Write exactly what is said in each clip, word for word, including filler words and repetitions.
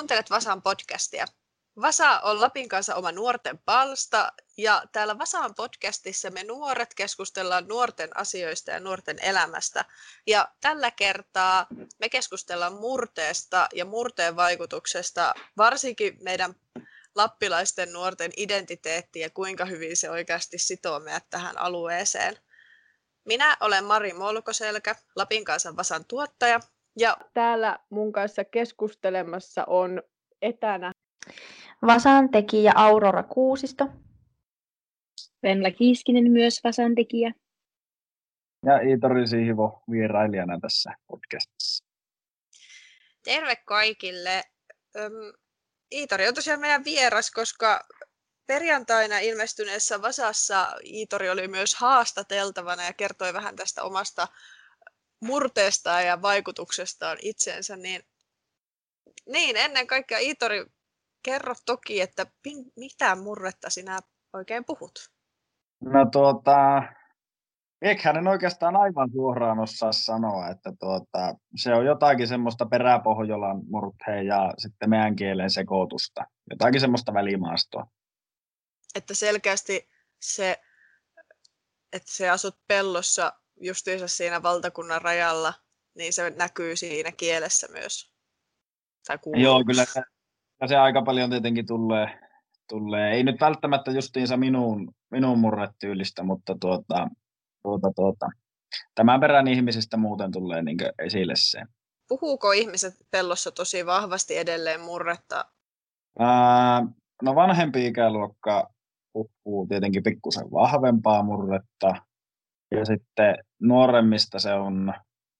Kuuntelet Vasan podcastia. Vasa on Lapin kanssa oma nuorten palsta ja täällä Vasan podcastissa me nuoret keskustellaan nuorten asioista ja nuorten elämästä. Ja tällä kertaa me keskustellaan murteesta ja murteen vaikutuksesta varsinkin meidän lappilaisten nuorten identiteettiin ja kuinka hyvin se oikeasti sitoo meidät tähän alueeseen. Minä olen Mari Molkoselkä, Lapin kanssa Vasan tuottaja. Ja täällä mun kanssa keskustelemassa on etänä Vasan tekijä Aurora Kuusisto. Venla Kiiskinen myös Vasan tekijä. Ja Iitori Siivo vierailijana tässä podcastissa. Terve kaikille. Iitori on tosiaan meidän vieras, koska perjantaina ilmestyneessä Vasassa Iitori oli myös haastateltavana ja kertoi vähän tästä omasta murteestaan ja vaikutuksestaan itseensä. Niin, niin ennen kaikkea Iitori, kerro toki, että mitä murretta sinä oikein puhut? No tuota, eiköhän en oikeastaan aivan suoraan osaa sanoa, että tuota, se on jotakin semmoista peräpohjolan murteen ja sitten meidän kielen sekoitusta. Jotakin semmoista välimaastoa. Että selkeästi se, että se asut pellossa justiinsa siinä valtakunnan rajalla, niin se näkyy siinä kielessä myös. Tai Joo, kyllä se, se aika paljon tietenkin tulee, tulee. Ei nyt välttämättä justiinsa minun, minun murretyylistä, mutta tuota, tuota, tuota, tämän perän ihmisistä muuten tulee niin esille se. Puhuuko ihmiset pellossa tosi vahvasti edelleen murretta? Ää, no vanhempi ikäluokka puhuu tietenkin pikkusen vahvempaa murretta. Ja sitten nuoremmista se on,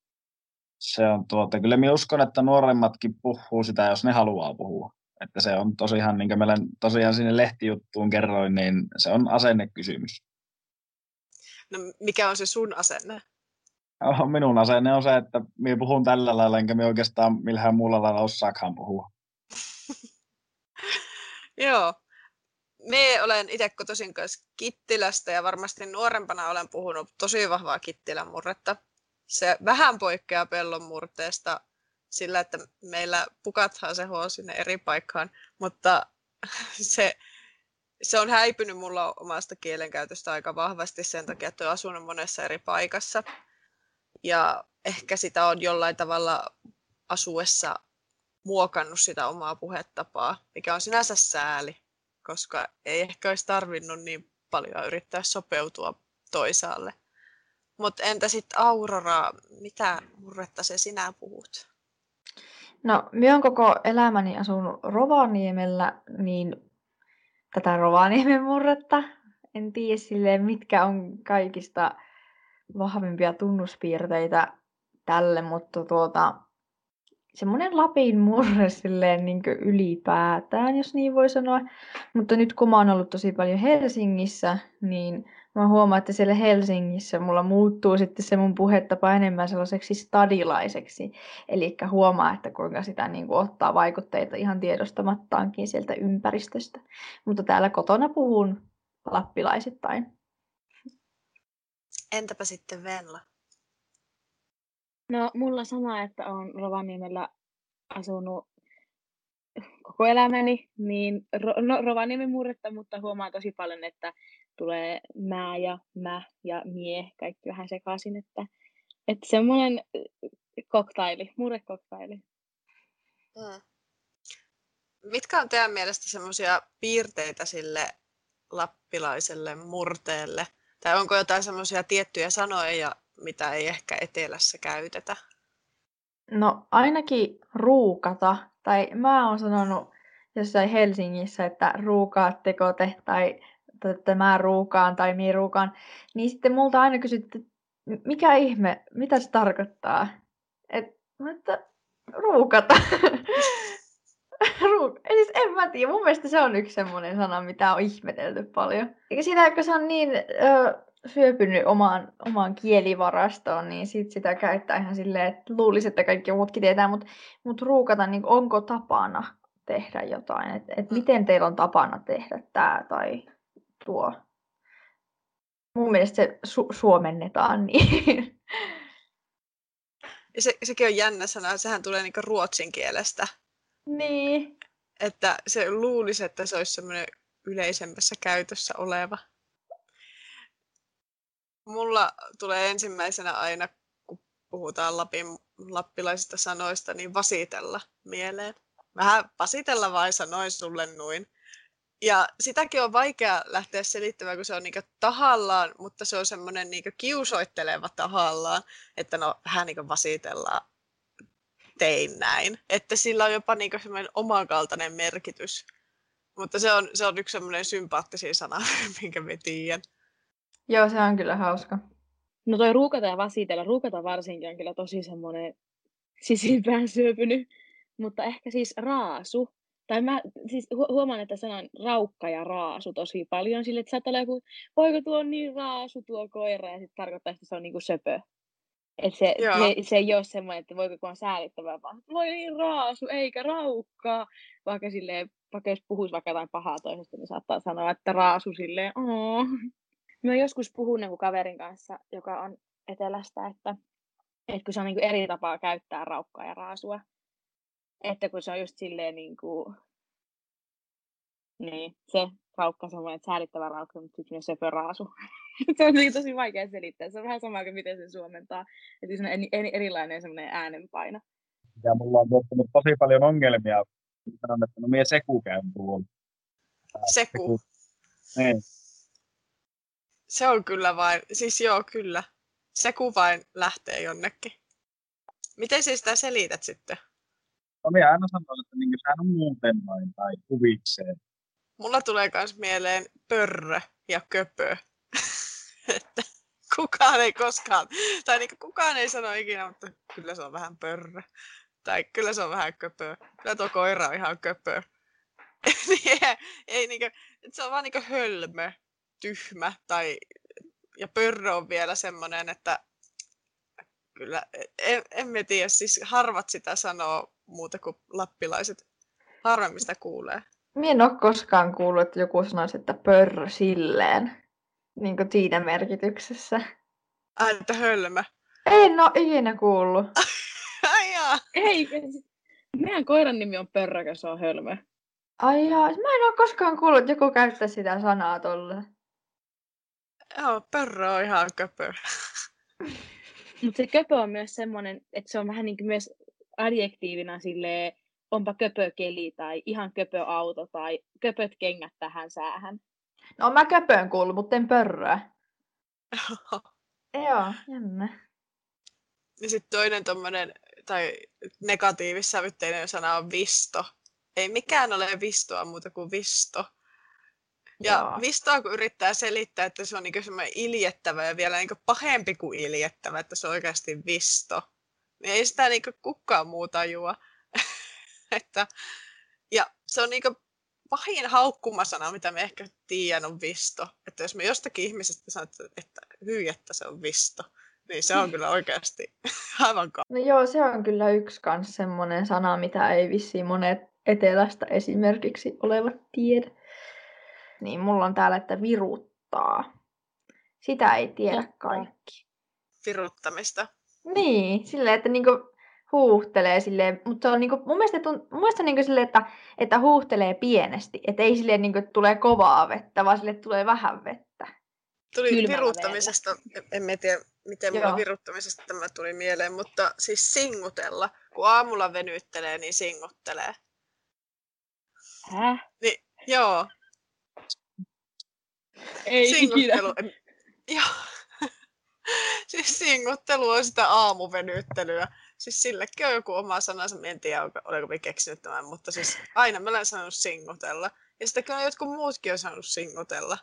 se on tuota, kyllä minä uskon, että nuoremmatkin puhuu sitä, jos ne haluaa puhua. Että se on tosiaan, niin kuin meillä tosiaan sinne lehtijuttuun kerroin, niin se on asennekysymys. No mikä on se sun asenne? Oh, minun asenne on se, että minä puhun tällä lailla, enkä minä oikeastaan millään muulla lailla osaakaan puhua. Joo. Me olen itse kotoisin kanssa Kittilästä ja varmasti nuorempana olen puhunut tosi vahvaa Kittilän murretta. Se vähän poikkeaa pellon murteesta sillä, että meillä pukathan se huo sinne eri paikkaan, mutta se, se on häipynyt mulla omasta kielenkäytöstä aika vahvasti sen takia, että olen asunut monessa eri paikassa. Ja ehkä sitä on jollain tavalla asuessa muokannut sitä omaa puhetapaa, mikä on sinänsä sääli, koska ei ehkä olisi tarvinnut niin paljon yrittää sopeutua toisaalle. Mutta entä sitten Aurora, mitä murretta se sinä puhut? No, minä olen koko elämäni asunut Rovaniemellä, niin tätä Rovaniemen murretta. En tiedä silleen, mitkä on kaikista vahvimpia tunnuspiirteitä tälle, mutta tuota, semmoinen Lapin murre silleen niin kuin ylipäätään, jos niin voi sanoa. Mutta nyt kun mä oon ollut tosi paljon Helsingissä, niin mä huomaan, että siellä Helsingissä mulla muuttuu sitten se mun puhetapa enemmän sellaiseksi stadilaiseksi. Eli huomaa, että kuinka sitä niin kuin ottaa vaikutteita ihan tiedostamattaankin sieltä ympäristöstä. Mutta täällä kotona puhun lappilaisittain. Entäpä sitten Venla? No, mulla sama, että olen Rovaniemellä asunut koko elämäni, niin no, Rovaniemen murretta, mutta huomaa tosi paljon, että tulee mä ja mä ja mie, kaikki vähän sekaisin, että, että semmoinen koktaili, murrekoktaili. Hmm. Mitkä on teidän mielestä semmoisia piirteitä sille lappilaiselle murteelle? Tai onko jotain semmoisia tiettyjä sanoja, mitä ei ehkä etelässä käytetä? No ainakin ruukata. Tai mä oon sanonut jossain Helsingissä, että ruukaatteko te tai että mä ruukaan tai mie ruukaan. Niin sitten multa aina kysytty, mikä ihme, mitä se tarkoittaa? Et, että ruukata. Ruuk- siis en mä tiedä, mun mielestä se on yksi semmoinen sana, mitä on ihmetelty paljon. Eikä sitä, kun se on niin ö, syöpynyt omaan, omaan kielivarastoon, niin sit sitä käyttää ihan silleen, että luulisi, että kaikki muutkin tietää, mutta mut ruukata, niin onko tapana tehdä jotain? Että et miten teillä on tapana tehdä tää tai tuo? Mun mielestä se su- suomennetaan niin. Ja se, sekin on jännä sana, sehän tulee niinku ruotsin kielestä. Niin. Että se luulisi, että se olisi semmoinen yleisemmässä käytössä oleva. Mulla tulee ensimmäisenä aina, kun puhutaan Lapin, lappilaisista sanoista, niin vasitella mieleen. Vähän vasitella vai sanoin sulle noin. Ja sitäkin on vaikea lähteä selittämään, kun se on niinku tahallaan, mutta se on semmoinen niinku kiusoitteleva tahallaan, että no vähän niinku vasitellaan, tein näin. Että sillä on jopa niinku semmoinen omankaltainen merkitys. Mutta se on, se on yksi semmoinen sympaattisia sana, minkä mä tiedän. Joo, se on kyllä hauska. No toi ruukata ja vasitella, ruukata varsinkin on kyllä tosi semmoinen sisimpään syöpynyt, mutta ehkä siis raasu. Tai mä siis hu- huomaan, että sanan raukka ja raasu tosi paljon sille, että saattaa olla joku, voiko tuo on niin raasu tuo koira, ja sitten tarkoittaa, että se on niinku söpö. Että se, Joo. se, se ei ole semmoinen, että voiko kun on säälittävää, vaan voi niin raasu, eikä raukkaa. Vaikka silleen, vaikka jos puhuisi vaikka jotain pahaa toisesta, niin saattaa sanoa, että raasu silleen, ooo. Mä joskus puhun niin kaverin kanssa, joka on etelästä, että, että kun se on niin kuin eri tapaa käyttää raukkaa ja raasua. Että kun se on just silleen niin kuin, niin, se raukka on semmoinen, että säälittävä raukka, mutta sitten myös söpö raasu. Se on niin tosi vaikea selittää. Se on vähän sama kuin miten se suomentaa. Että se on eri, eri, erilainen semmoinen äänenpaino. Ja mulla on tuottanut tosi paljon ongelmia. Sanon, että no mie Seku käyn tuolla. Seku. Niin. Se on kyllä vain, siis joo kyllä. Seku vain lähtee jonnekin. Miten siis sitä selität sitten? No minä aina sanon, että niin sehän on muuten vain tai huvikseen. Mulla tulee myös mieleen pörrö ja köpö. Että kukaan ei koskaan, tai niin kukaan ei sano ikinä, mutta kyllä se on vähän pörrö. Tai kyllä se on vähän köpö. Kyllä tuo koira on ihan köpö. ei, ei niinku, se on vaan niinku hölmö, tyhmä. Tai, ja pörrö on vielä semmoinen, että kyllä, en, en mä tiedä, siis harvat sitä sanoo muuta kuin lappilaiset. Harvemmin sitä kuulee. Mie en ole koskaan kuullut, että joku sanoisi, että pörrö silleen. Niin kuin siinä merkityksessä. Ai, että hölmö. En ole ikinä kuullut. Ai jaa. Ei, meidän koiran nimi on Pörrökö, se on hölmö. Ai jaa, mä en ole koskaan kuullut, että joku käyttää sitä sanaa tolle. Joo, pörrö on ihan köpö. Mutta se köpö on myös semmoinen, että se on vähän niin kuin myös adjektiivina silleen, onpa köpö keli tai ihan köpö auto tai köpöt kengät tähän säähän. No mä köpöön kuullut, mutta en pörröä. Joo, jännä. Ja sitten toinen tommonen, tai negatiivissävytteinen sana on visto. Ei mikään ole vistoa muuta kuin visto. Ja Joo. vistoa kun yrittää selittää, että se on niinku semmoinen iljettävä ja vielä niinku pahempi kuin iljettävä, että se on oikeasti visto. Niin ei sitä niinku kukaan muu tajua. että, ja se on niinku pahin haukkumasana, mitä me ehkä tiedän, on visto. Että jos me jostakin ihmisestä sanotaan, että hyi, että se on visto, niin se on kyllä oikeasti aivan ka- No joo, se on kyllä yksi kans semmonen sana, mitä ei vissiin monet etelästä esimerkiksi olevat tiedä. Niin mulla on täällä, että viruttaa. Sitä ei tiedä Totta. kaikki. viruttamista. Niin, silleen, että niinku huuhtelee silleen, mutta se on niinku, mun mielestä, tunt, mun mielestä niinku silleen, että, että huuhtelee pienesti, että ei silleen niinku, että tulee kovaa vettä, vaan silleen, että tulee vähän vettä. Tuli Kylmällä viruttamisesta, en, en mä tiedä miten mulla Joo. viruttamisesta tämä tuli mieleen, mutta siis singutella. Kun aamulla venyttelee, niin singuttelee. Häh? Niin, joo, Ei ikinä. singuttelu. En- Joo. Siis singuttelu on sitä aamuvenyttelyä. Siis sillekin on joku oma sanansa, mä en tiedä, onko- olenko me keksinyt tämän, mutta siis aina mä olen sanonut singutella. Ja sitten kyllä jotkut muutkin on sanonut singutella.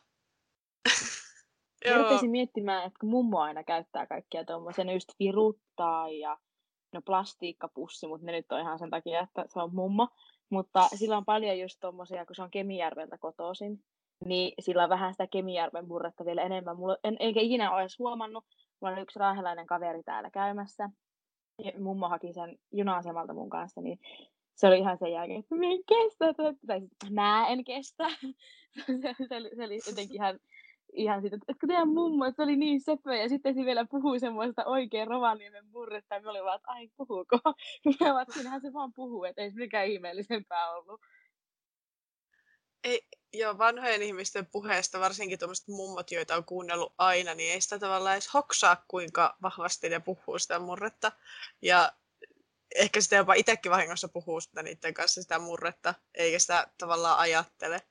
Mä Joo, rupesin miettimään, että kun mummo aina käyttää kaikkia tommosia, ne just viruttaa ja no plastiikkapussi, mutta ne nyt on ihan sen takia, että se on mummo. Mutta sillä on paljon just tommosia, kun se on Kemijärveltä kotoisin, niin sillä on vähän sitä Kemijärven murretta vielä enemmän. Mulla en, enkä ikinä ole edes huomannut. Mulla oli yksi raahelainen kaveri täällä käymässä. Ja mummo haki sen juna-asemalta mun kanssa, niin se oli ihan sen jälkeen, että mä en kestä tätä. Tai sit, mä en kestä. se, oli, se oli jotenkin ihan ihan siitä, että etkö teidän mummo, että se oli niin söpö, ja sitten se vielä puhui semmoista oikein Rovaniemen murretta, ja me oli vaan, että ai puhuuko? Ja vaan, siinähän se vaan puhuu, että ei se mikään ihmeellisempää ollut. Ei, joo, vanhojen ihmisten puheesta, varsinkin tuommoiset mummot, joita on kuunnellut aina, niin ei sitä tavallaan edes hoksaa, kuinka vahvasti ne puhuu sitä murretta. Ja ehkä sitä jopa itsekin vahingossa puhuu sitä niiden kanssa sitä murretta, eikä sitä tavallaan ajattele.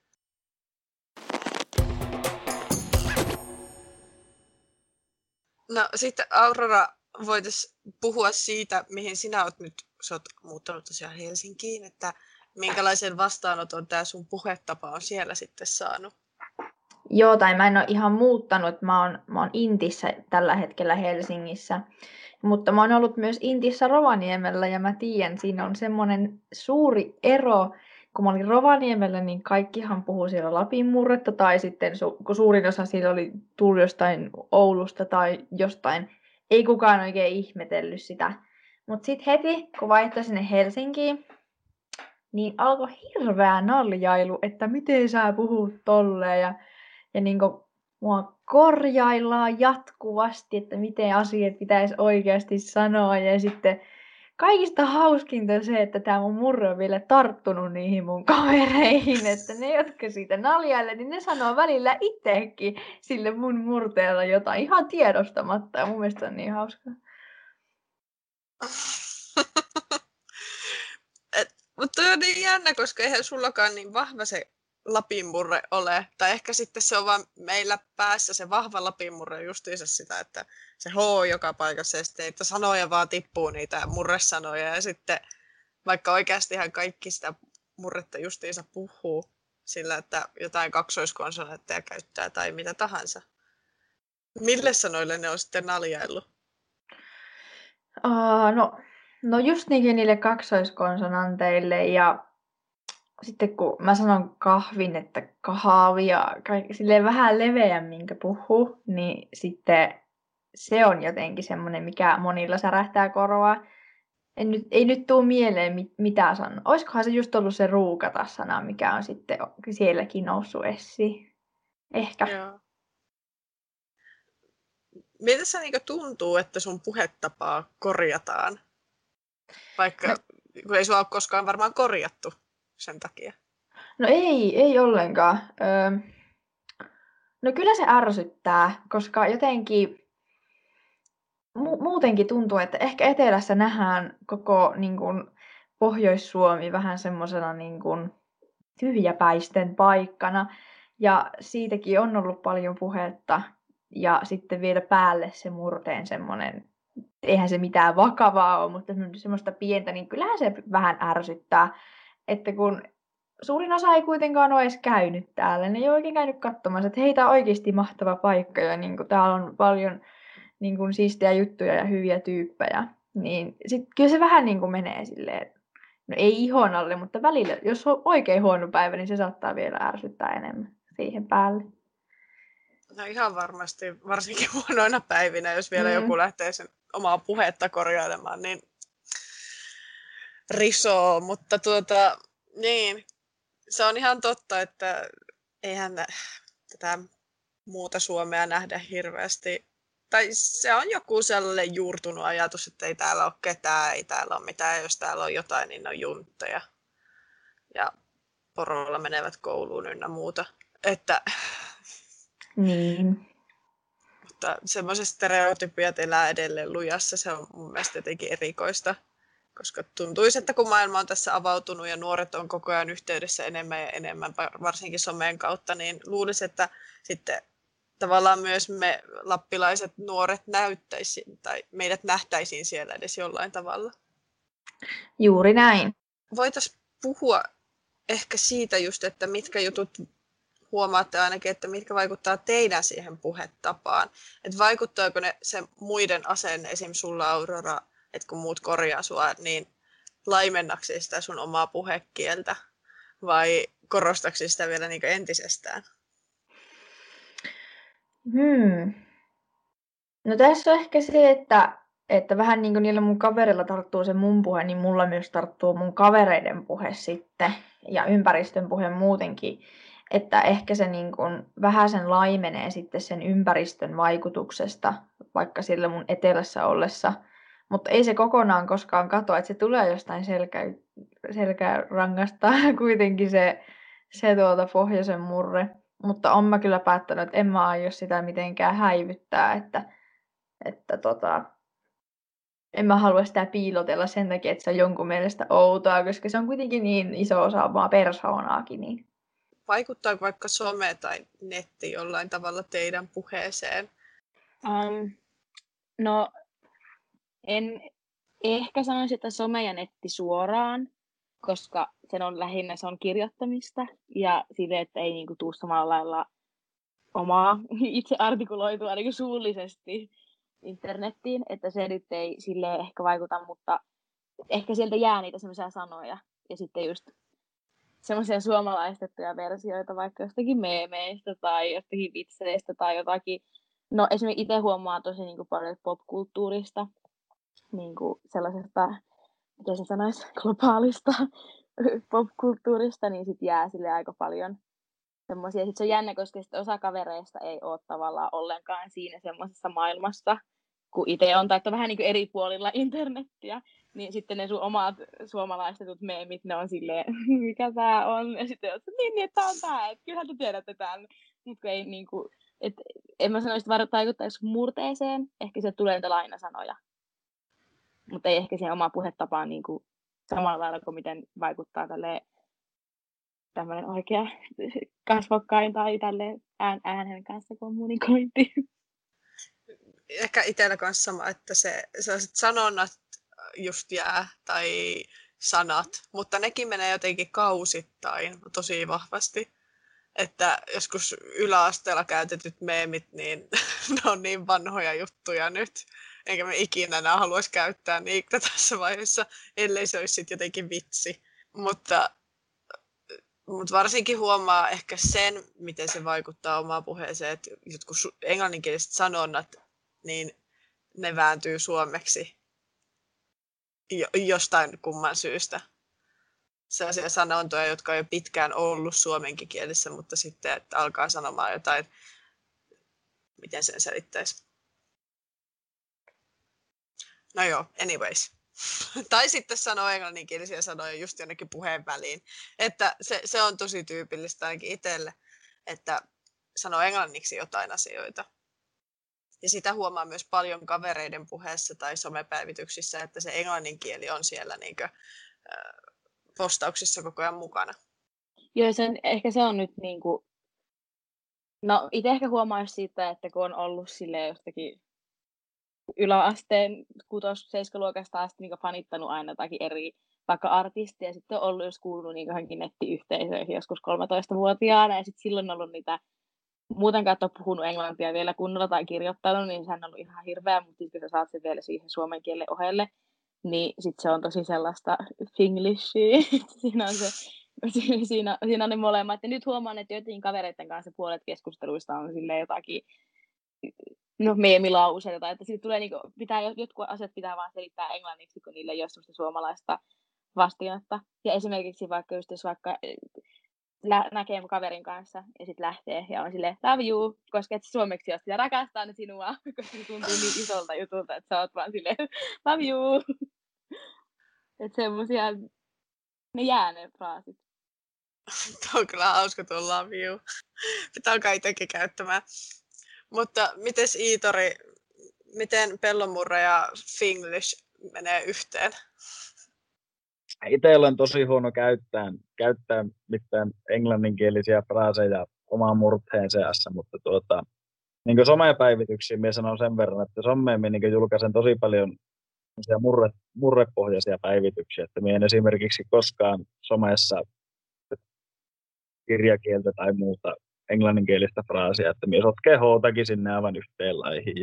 No sitten Aurora, voitaisiin puhua siitä, mihin sinä olet nyt, sä oot muuttanut tosiaan Helsinkiin, että minkälaisen vastaanoton tämä sun puhetapa on siellä sitten saanut? Joo, tai mä en ole ihan muuttanut, mä oon, mä oon Intissä tällä hetkellä Helsingissä. Mutta mä oon ollut myös Intissä Rovaniemellä ja mä tiedän, siinä on semmoinen suuri ero. Kun mä olin Rovaniemellä, niin kaikkihan puhuu siellä Lapin murretta tai sitten su- kun suurin osa siellä oli tullut jostain Oulusta tai jostain. Ei kukaan oikein ihmetellyt sitä. Mutta sitten heti, kun vaihtoi sinne Helsinkiin, niin alkoi hirveä naljailu, että miten sä puhut tolleen. Ja, ja niin kuin mua korjaillaan jatkuvasti, että miten asiat pitäisi oikeasti sanoa. Ja sitten kaikista hauskinta se, että tämä mun murre on vielä tarttunut niihin mun kavereihin. Että ne, jotka siitä naljailee, niin ne sanoo välillä itsekin sille mun murteella jotain ihan tiedostamatta. Ja mun mielestä on niin hauskaa. Mutta toi on niin jännä, koska eihän sullakaan niin vahva se Lapinmurre ole. Tai ehkä sitten se on vaan meillä päässä se vahva Lapinmurre justiinsa sitä, että se H joka paikassa ja sitten niitä sanoja vaan tippuu niitä murresanoja. Ja sitten vaikka oikeastihan kaikki sitä murretta justiinsa puhuu sillä, että jotain kaksoiskonsonantteja käyttää tai mitä tahansa. Mille sanoille ne on sitten naljaillut? Uh, no, no just niinkin niille kaksoiskonsonanteille ja sitten kun mä sanon kahvin, että kahvi ja kaikki silleen vähän leveä, minkä puhuu, niin sitten se on jotenkin semmoinen, mikä monilla särähtää korvaa. En nyt, ei nyt tuu mieleen mit, mitä sanoa. Olisikohan se just ollut se ruukata-sana, mikä on sitten sielläkin noussut esiin. Ehkä. Joo. Miltä se niinku tuntuu, että sun puhetapaa korjataan? Vaikka No, kun ei sua ole koskaan varmaan korjattu sen takia. no ei, ei ollenkaan. Öö, no kyllä se ärsyttää, koska jotenkin mu- muutenkin tuntuu, että ehkä etelässä nähdään koko niin kuin, Pohjois-Suomi vähän semmoisena niin kuin, tyhjäpäisten paikkana. Ja siitäkin on ollut paljon puhetta. Ja sitten vielä päälle se murteen semmoinen, eihän se mitään vakavaa ole, mutta semmoista pientä, niin kyllähän se vähän ärsyttää. Että kun suurin osa ei kuitenkaan ole edes käynyt täällä, ne ei ole oikein käynyt katsomassa, että hei, tää on oikeasti mahtava paikka ja niin kuin, täällä on paljon niin kuin, siistejä juttuja ja hyviä tyyppejä. Niin sit kyllä se vähän niin kuin menee silleen, no ei ihon alle, mutta välillä, jos on oikein huono päivä, niin se saattaa vielä ärsyttää enemmän siihen päälle. No ihan varmasti, varsinkin huonoina päivinä, jos vielä Mm. joku lähtee sen omaa puhetta korjailemaan, niin risoo. Mutta tuota, niin, se on ihan totta, että eihän tätä muuta Suomea nähdä hirveästi. Tai se on joku sellainen juurtunut ajatus, että ei täällä ole ketään, ei täällä ole mitään. Ja jos täällä on jotain, niin ne on juntteja. Ja porolla menevät kouluun ynnä muuta. Että, Niin. mutta semmoiset stereotypiat elää edelleen lujassa. Se on mun mielestä jotenkin erikoista. Koska tuntuisi, että kun maailma on tässä avautunut ja nuoret on koko ajan yhteydessä enemmän ja enemmän, varsinkin someen kautta, niin luulisi, että sitten tavallaan myös me lappilaiset nuoret näyttäisiin tai meidät nähtäisiin siellä edes jollain tavalla. Juuri näin. Voitaisiin puhua ehkä siitä just, että mitkä jutut huomaatte ainakin, että mitkä vaikuttaa teidän siihen puhetapaan. Että vaikuttaako ne se muiden asenne, esim. Sulla Aurora, että kun muut korjaa sua, niin laimennaksi sitä sun omaa puhekieltä vai korostaksi sitä vielä niin kuin entisestään? Hmm. No tässä on ehkä se, että, että vähän niin kuin niillä mun kavereilla tarttuu se mun puhe, niin mulla myös tarttuu mun kavereiden puhe sitten ja ympäristön puhe muutenkin. että ehkä se niin kuin vähän sen laimenee sitten sen ympäristön vaikutuksesta, vaikka sillä mun etelässä ollessa. Mutta ei se kokonaan koskaan katoa, että se tulee jostain selkä, selkärangasta kuitenkin se, se tuolta pohjoisen murre. Mutta on mä kyllä päättänyt, että en mä aio sitä mitenkään häivyttää, että, että tota, en mä halua sitä piilotella sen takia, että se on jonkun mielestä outoa, koska se on kuitenkin niin iso osa omaa persoonaakin. Niin. Vaikuttaako vaikka some tai netti jollain tavalla teidän puheeseen? Um, no, en ehkä sanoisi, että some ja netti suoraan, koska sen on lähinnä se on kirjoittamista ja sille, että ei niinku tuu samalla lailla omaa itse artikuloitua niin suullisesti internettiin, että se nyt ei silleen ehkä vaikuta, mutta ehkä sieltä jää niitä semmoisia sanoja ja sitten just semmoisia suomalaistettuja versioita vaikka jostakin meemeistä tai jostakin vitseistä tai jotakin. No esimerkiksi itse huomaa tosi niin kuin paljon popkulttuurista, niin kuin sellaisesta, miten se sanoisi, globaalista popkulttuurista, niin sit jää sille aika paljon semmoisia. Sitten se on jännä, koska sit osa kavereista ei ole tavallaan ollenkaan siinä semmoisessa maailmassa, kun itse on, tai että on vähän niin kuin eri puolilla internettiä, niin sitten ne sun omat suomalaistetut meemit, ne on silleen, mikä tää on, ja sitten on niin, niin, että tää on tää, että kyllähän te tiedätte tämän, mutta ei niin kuin, että en mä sanoisi, että vaikuttaisi murteeseen, ehkä se tulee niitä lainasanoja, mutta ei ehkä siihen omaan puhetapaan niin kuin samalla lailla kuin miten vaikuttaa tälleen tämmöinen oikea kasvokkain tai tälleen ään, äänen kanssa kommunikointi. Ehkä itsellä kanssa sama, että se, sellaiset sanonnat just jää tai sanat, mutta nekin menee jotenkin kausittain tosi vahvasti. Että joskus yläasteella käytetyt meemit, niin ne on niin vanhoja juttuja nyt. Enkä me ikinä enää haluaisi käyttää niitä tässä vaiheessa, ellei se olisi sitten jotenkin vitsi. Mutta, mutta varsinkin huomaa ehkä sen, miten se vaikuttaa omaan puheeseen, että jotkut englanninkieliset sanonnat, niin ne vääntyy suomeksi jostain kumman syystä. Sellaisia sanontoja, jotka on jo pitkään ollut suomenkin kielessä, mutta sitten että alkaa sanomaan jotain, miten sen selittäisi. No joo, anyways. Tai sitten sanoo englanninkielisiä sanoja just jonnekin puheen väliin. Että se, se on tosi tyypillistä ainakin itselle, että sanoo englanniksi jotain asioita. Ja sitä huomaa myös paljon kavereiden puheessa tai somepäivityksissä, että se englannin kieli on siellä niinkö, postauksissa koko ajan mukana. Joo, sen, ehkä se on nyt niinku, no itse ehkä huomaa siitä, että kun on ollut silleen jostakin yläasteen kuusi-seitsemän-luokasta asti niin fanittanut aina jotakin eri vaikka artistia, ja sitten on ollut jos kuulunut niin johonkin nettiyhteisöihin joskus kolmetoistavuotiaana, ja sitten silloin on ollut niitä, muutenkaan et ole puhunut englantia vielä kunnolla tai kirjoittanut, niin sehän on ollut ihan hirveä, mutta sitten kun sä saat sen vielä siihen suomen kielen ohelle, niin sitten se on tosi sellaista finglishia. siinä, on se, siinä, siinä on ne molemmat. Ja nyt huomaan, että jotenkin kavereiden kanssa puolet keskusteluista on silleen jotakin no, meemilauseita. Tai että siitä tulee niinku, pitää, jotkut asiat pitää vaan selittää englanniksi, kun niille ei ole sellaista suomalaista vastinetta. Ja esimerkiksi vaikka just jos vaikka lä- näkee kaverin kanssa ja sitten lähtee ja on silleen love you, koska et suomeksi jos sitä rakastaa ne sinua, koska se tuntuu niin isolta jutulta, että sä oot vaan silleen love you. Että semmosia, ne jää ne fraasit. Tuo on kyllä hauska tuo love you. Pitää alkaa itsekin käyttämään. Mutta mites Iitori, miten pellonmurre ja finglish menee yhteen? Itse olen tosi huono käyttää, käyttää mitään englanninkielisiä fraaseja omaan murteen seassa, mutta tuota, niin somepäivityksiin minä sanon sen verran, että someen minä niin julkaisen tosi paljon murre, murrepohjaisia päivityksiä, että minä en esimerkiksi koskaan somessa kirjakieltä tai muuta englanninkielistä fraasia, että minä sotkee hootakin sinne aivan yhteen laihin.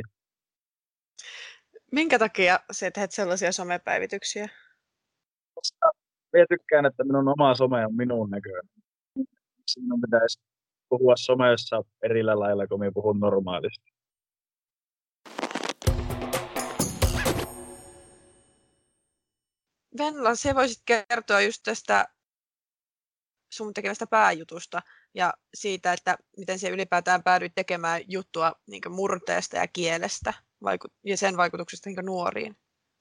Minkä takia sä teet sellaisia somepäivityksiä? Koska minä tykkään, että minun oma some on minun näköinen. Sinun pitäisi puhua somessa erillä lailla, kun minä puhun normaalisti. Venla, sä voisit kertoa just tästä sun tekemästä pääjutusta ja siitä, että miten se ylipäätään päädyit tekemään juttua niin murteesta ja kielestä ja sen vaikutuksesta niin nuoriin.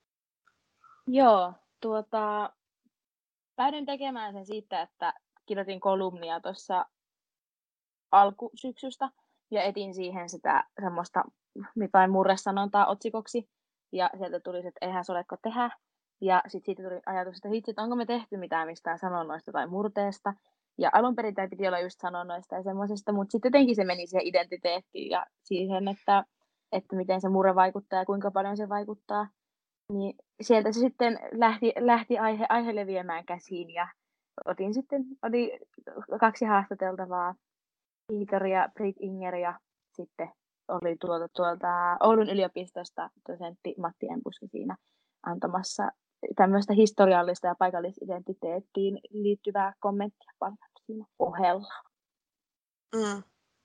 Joo, tuota, päädyin tekemään sen siitä, että kirjoitin kolumnia tuossa alkusyksystä ja etin siihen sitä semmoista jotain murresanontaa otsikoksi ja sieltä tuli se, että eihän se oleko tehdä. Ja sitten siitä tuli ajatus, että hitsi, että onko me tehty mitään mistään sanonnoista tai murteesta. Ja alun perin tämä piti olla just sanonnoista ja semmoisesta, mutta sitten jotenkin se meni siihen identiteettiin ja siihen, että, että miten se murre vaikuttaa ja kuinka paljon se vaikuttaa. Niin sieltä se sitten lähti, lähti aihe, aihe leviämään käsiin ja otin sitten, oli kaksi haastateltavaa, Peter ja Britt Inger ja sitten oli tuolta, tuolta Oulun yliopistosta dosentti Matti Embuski siinä antamassa tämmöistä historiallista ja paikallisidentiteettiin liittyvää kommenttia paljon siinä ohella. Mm.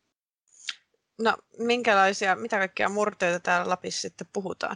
No, minkälaisia, mitä kaikkia murteita täällä Lapissa sitten puhutaan?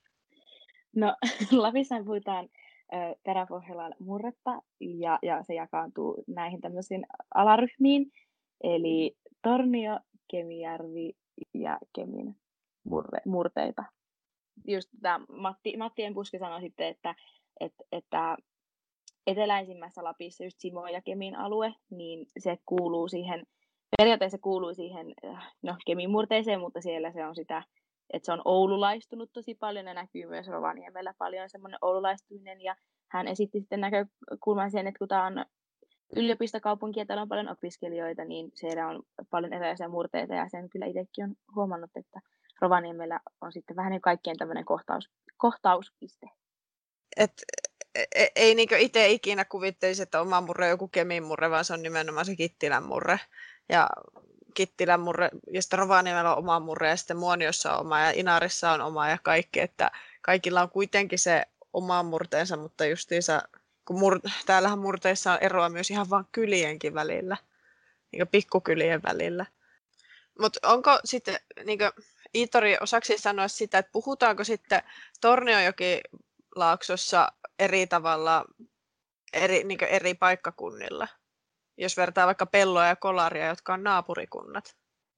No, Lapissa puhutaan Peräpohjolan murretta ja, ja se jakaantuu näihin tämmöisiin alaryhmiin, eli Tornio, Kemijärvi ja Kemin murre, murteita. Just tämä Matti, Matti Embuski sanoi sitten, että, että, että eteläisimmässä Lapissa just Simo ja Kemin alue, niin se kuuluu siihen, periaatteessa kuuluu siihen, no Kemin murteeseen, mutta siellä se on sitä, että se on oululaistunut tosi paljon ja näkyy myös Rovaniemellä paljon semmoinen oululaistuminen ja hän esitti sitten näkökulman siihen, että kun tämä on yliopistokaupunki ja täällä on paljon opiskelijoita, niin siellä on paljon erilaisia murteita ja sen kyllä itsekin on huomannut, että Rovaniemellä on sitten vähän niin kaikkien tämmöinen kohtaus, kohtauspiste. Et, e, ei niin itse ikinä kuvittelisi, että oma murre on joku Kemin murre, vaan se on nimenomaan se Kittilän murre. Ja Kittilän murre, ja sitten Rovaniemellä on oma murre, ja sitten Muoniossa on oma, ja Inarissa on oma, ja kaikki, että kaikilla on kuitenkin se oma murteensa, mutta justiinsa, kun mur, täällähän murteissa on eroa myös ihan vaan kylienkin välillä, niin pikkukylien välillä. Mutta onko sitten, niin Iitori, osaksi sanoa sitä, että puhutaanko sitten Tornionjokilaaksossa eri tavalla eri, niin eri paikkakunnilla, jos vertaa vaikka Pelloa ja Kolaria, jotka on naapurikunnat?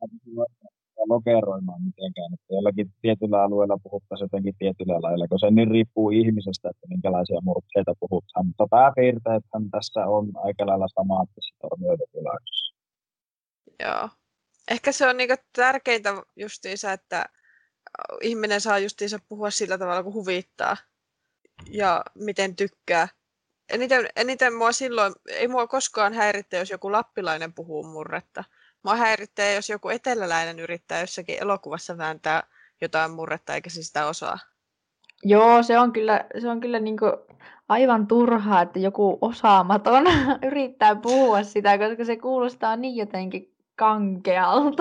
Lokeroimaan mitenkään, että jollakin tietyllä alueella puhuttaisiin jotenkin tietyllä lailla, koska se niin riippuu ihmisestä, että minkälaisia murteita puhutaan, mutta pääpiirteethän tässä on aika lailla samaa tässä Tornionjokilaaksossa. Joo. Ehkä se on niinku tärkeintä justiinsa, että ihminen saa justiinsa puhua sillä tavalla, kun huvittaa ja miten tykkää. Eniten, eniten mua silloin, ei mua koskaan häiritse, jos joku lappilainen puhuu murretta. Mua häiritsee, jos joku eteläläinen yrittää jossakin elokuvassa vääntää jotain murretta, eikä se sitä osaa. Joo, se on kyllä, se on kyllä niinku aivan turhaa, että joku osaamaton yrittää puhua sitä, koska se kuulostaa niin jotenkin kankealta.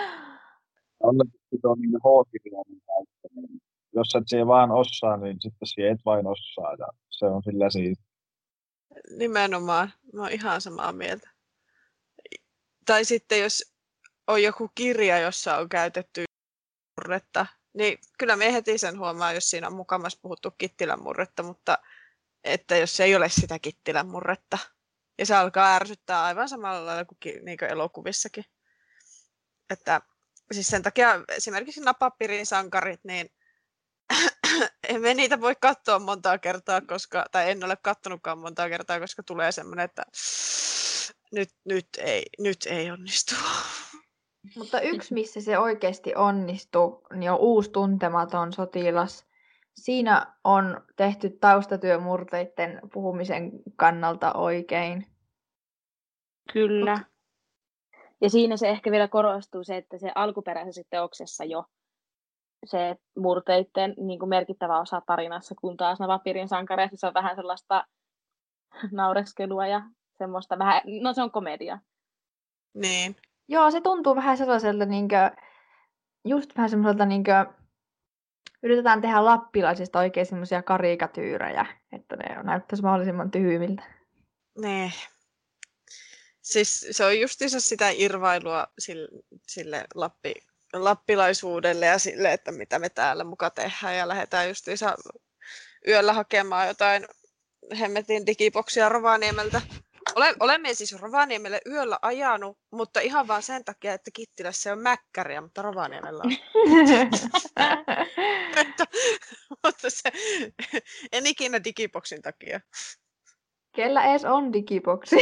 Onneksi on niin hookirjainen käyttäminen. Jos et siihen vaan osaa, niin sitten siihen et vain osaa, ja se on sillä siitä. Nimenomaan, mä oon ihan samaa mieltä. Tai sitten jos on joku kirja, jossa on käytetty murretta, niin kyllä me heti sen huomaa, jos siinä on mukamassa puhuttu Kittilän murretta, mutta että jos ei ole sitä Kittilän murretta. Ja se alkaa ärsyttää aivan samalla lailla kuin, niin kuin elokuvissakin. Että siis sen takia esimerkiksi Napapiirin sankarit, niin emme niitä voi katsoa montaa kertaa, koska, tai en ole katsonutkaan montaa kertaa, koska tulee semmoinen, että nyt, nyt, ei, nyt ei onnistu. Mutta yksi, missä se oikeasti onnistuu, niin on Uusi tuntematon sotilas. Siinä on tehty taustatyö murteiden puhumisen kannalta oikein. Kyllä. Ja siinä se ehkä vielä korostuu se, että se alkuperäisessä teoksessa jo se murteiden niin kuin merkittävä osa tarinassa, kun taas Napapiirin sankareissa se on vähän sellaista naureskelua ja semmoista vähän, no se on komedia. Niin. Joo, se tuntuu vähän sellaiselta, niinkö, just vähän semmoiselta, niinkö, yritetään tehdä lappilaisista oikein semmoisia karikatyyrejä, että ne näyttäisi mahdollisimman tyhmiltä. Nee. Siis se on justiinsa sitä irvailua sille, sille lappi, lappilaisuudelle ja sille, että mitä me täällä muka tehdään ja lähdetään justiinsa yöllä hakemaan jotain hemmetin digiboksia Rovaniemeltä. Olen, olemme siis Rovaniemelle yöllä ajanut, mutta ihan vaan sen takia, että Kittilässä on mäkkäriä, mutta Rovaniemellä on. mutta, mutta se, en ikinä digiboksin takia. Kellä edes on digiboksi?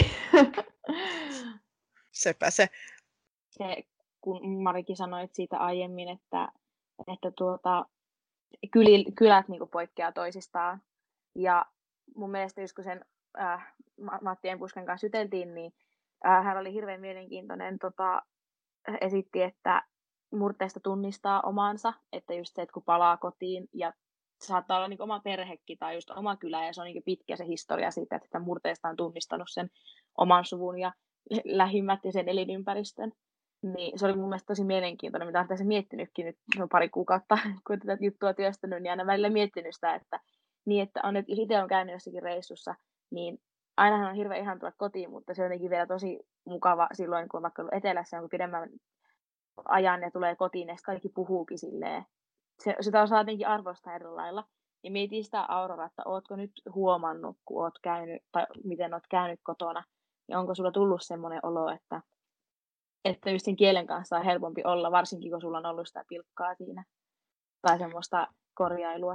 Sepä se. Se, kun Marikin sanoit siitä aiemmin, että, että tuota, kyli, kylät niin kuin poikkeaa toisistaan. Ja mun mielestä just kun sen äh, Matti Empuskan kanssa syteltiin, niin äh, hän oli hirveän mielenkiintoinen, tota, esitti, että murteesta tunnistaa omansa, että just se, että kun palaa kotiin ja saattaa olla niin oma perhekin tai just oma kylä ja se on niin pitkä se historia siitä, että murteesta on tunnistanut sen oman suvun ja lähimmät ja sen elinympäristön. Niin se oli mun mielestä tosi mielenkiintoinen, mitä olen miettinytkin nyt pari kuukautta, kun tätä juttua työstänyt, niin aina välillä miettinyt sitä, että niin, että on, että itse on käynyt jossakin reissussa, niin ainahan on hirveän ihan tulla kotiin, mutta se on jotenkin vielä tosi mukava silloin, kun on vaikka ollut etelässä jonkun pidemmän ajan ja tulee kotiin ja kaikki puhuukin silleen. Se, sitä osaa jotenkin arvostaa eri lailla. Ja mietin sitä Aurora, että ootko nyt huomannut, kun oot käynyt, tai miten oot käynyt kotona, niin onko sulla tullut semmoinen olo, että, että just sen kielen kanssa on helpompi olla, varsinkin kun sulla on ollut sitä pilkkaa siinä, tai semmoista korjailua.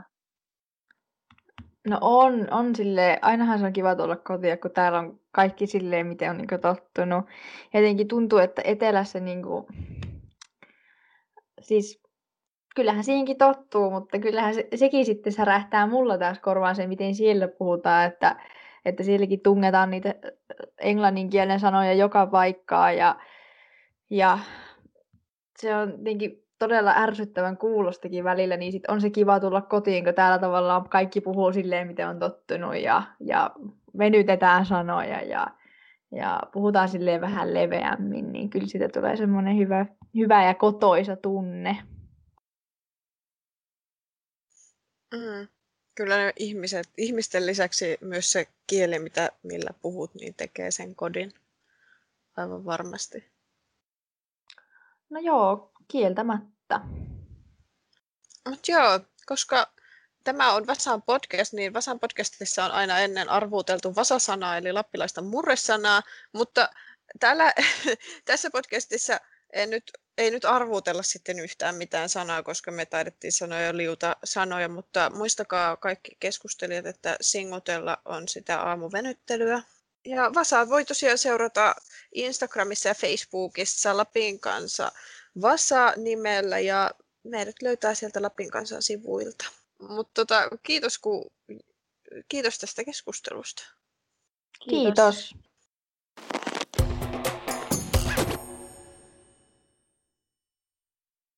No on, on silleen, ainahan se on kiva tulla kotiin, kun täällä on kaikki silleen, miten on niinku tottunut. Jotenkin tuntuu, että etelässä niinku, siis kyllähän siihenkin tottuu, mutta kyllähän se, sekin sitten särähtää mulla taas korvaan se, miten siellä puhutaan, että, että sielläkin tungetaan niitä englannin kielen sanoja joka paikkaan ja, ja se on jotenkin todella ärsyttävän kuulostakin välillä, niin sit on se kiva tulla kotiin, kun täällä tavallaan kaikki puhuu silleen, miten on tottunut ja, ja venytetään sanoja ja, ja puhutaan silleen vähän leveämmin, niin kyllä siitä tulee semmoinen hyvä, hyvä ja kotoisa tunne. Mm. Kyllä ne ihmiset, ihmisten lisäksi myös se kieli, mitä, millä puhut, niin tekee sen kodin aivan varmasti. No joo, kieltämättä. Mutta joo, koska tämä on Vasan podcast, niin Vasan podcastissa on aina ennen arvuuteltu Vasa-sanaa, eli lappilaista murresanaa, mutta täällä, tässä podcastissa ei nyt, ei nyt arvuutella sitten yhtään mitään sanaa, koska me taidettiin sanoa jo liuta sanoja, mutta muistakaa kaikki keskustelijat, että singutella on sitä aamuvenyttelyä. Ja Vasaa voi tosiaan seurata Instagramissa ja Facebookissa Lapin kanssa Vasa-nimellä ja meidät löytää sieltä Lapin kansan sivuilta. Mutta tota, kiitos, ku, kiitos tästä keskustelusta. Kiitos. Kiitos.